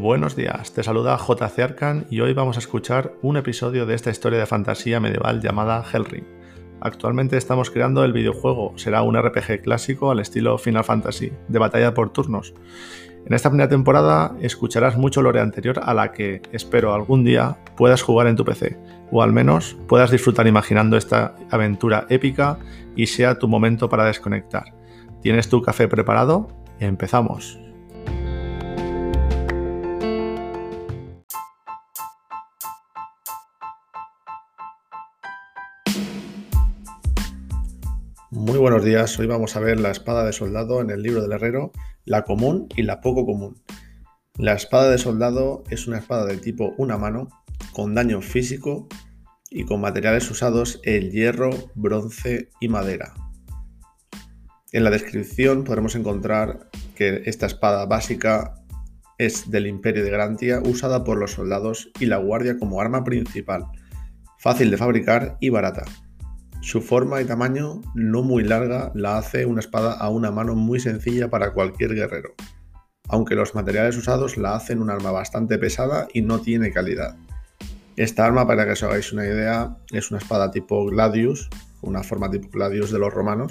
Buenos días, te saluda JC Arcan y hoy vamos a escuchar un episodio de esta historia de fantasía medieval llamada Helrim. Actualmente estamos creando el videojuego, será un RPG clásico al estilo Final Fantasy, de batalla por turnos. En esta primera temporada escucharás mucho lore anterior a la que, espero algún día, puedas jugar en tu PC, o al menos puedas disfrutar imaginando esta aventura épica y sea tu momento para desconectar. ¿Tienes tu café preparado? ¡Empezamos! Muy buenos días, hoy vamos a ver la espada de soldado en el libro del herrero, la común y la poco común. La espada de soldado es una espada de tipo una mano, con daño físico y con materiales usados el hierro, bronce y madera. En la descripción podremos encontrar que esta espada básica es del Imperio de Grantia, usada por los soldados y la guardia como arma principal, fácil de fabricar y barata. Su forma y tamaño no muy larga la hace una espada a una mano muy sencilla para cualquier guerrero, aunque los materiales usados la hacen un arma bastante pesada y no tiene calidad. Esta arma, para que os hagáis una idea, es una espada tipo Gladius, una forma tipo Gladius de los romanos.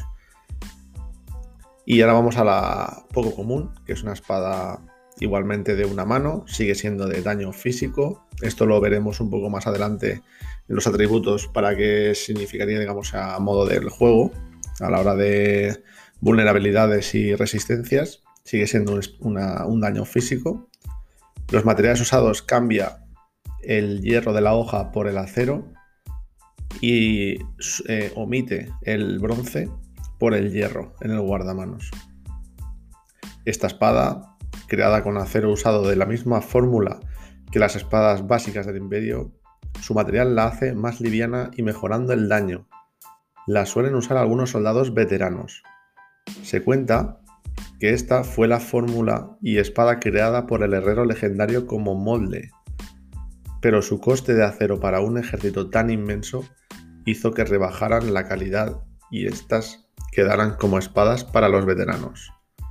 Y ahora vamos a la poco común, que es una espada igualmente de una mano, sigue siendo de daño físico. Esto lo veremos un poco más adelante en los atributos para qué significaría, digamos, a modo del juego, a la hora de vulnerabilidades y resistencias. Sigue siendo un daño físico. Los materiales usados cambia el hierro de la hoja por el acero y omite el bronce por el hierro en el guardamanos. Esta espada, creada con acero usado de la misma fórmula que las espadas básicas del Imperio, su material la hace más liviana y mejorando el daño. La suelen usar algunos soldados veteranos. Se cuenta que esta fue la fórmula y espada creada por el herrero legendario como molde, pero su coste de acero para un ejército tan inmenso hizo que rebajaran la calidad y estas quedaran como espadas para los veteranos.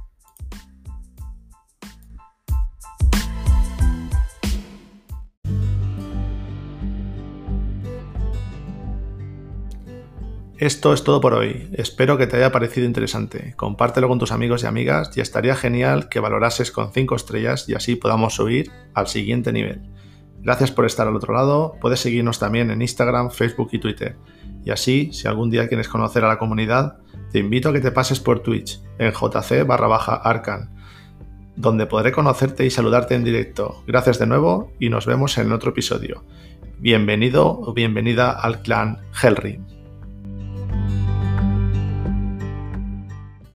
Esto es todo por hoy, espero que te haya parecido interesante, compártelo con tus amigos y amigas y estaría genial que valorases con 5 estrellas y así podamos subir al siguiente nivel. Gracias por estar al otro lado, puedes seguirnos también en Instagram, Facebook y Twitter. Y así, si algún día quieres conocer a la comunidad, te invito a que te pases por Twitch en jc/arcan, donde podré conocerte y saludarte en directo. Gracias de nuevo y nos vemos en otro episodio. Bienvenido o bienvenida al clan Helrim.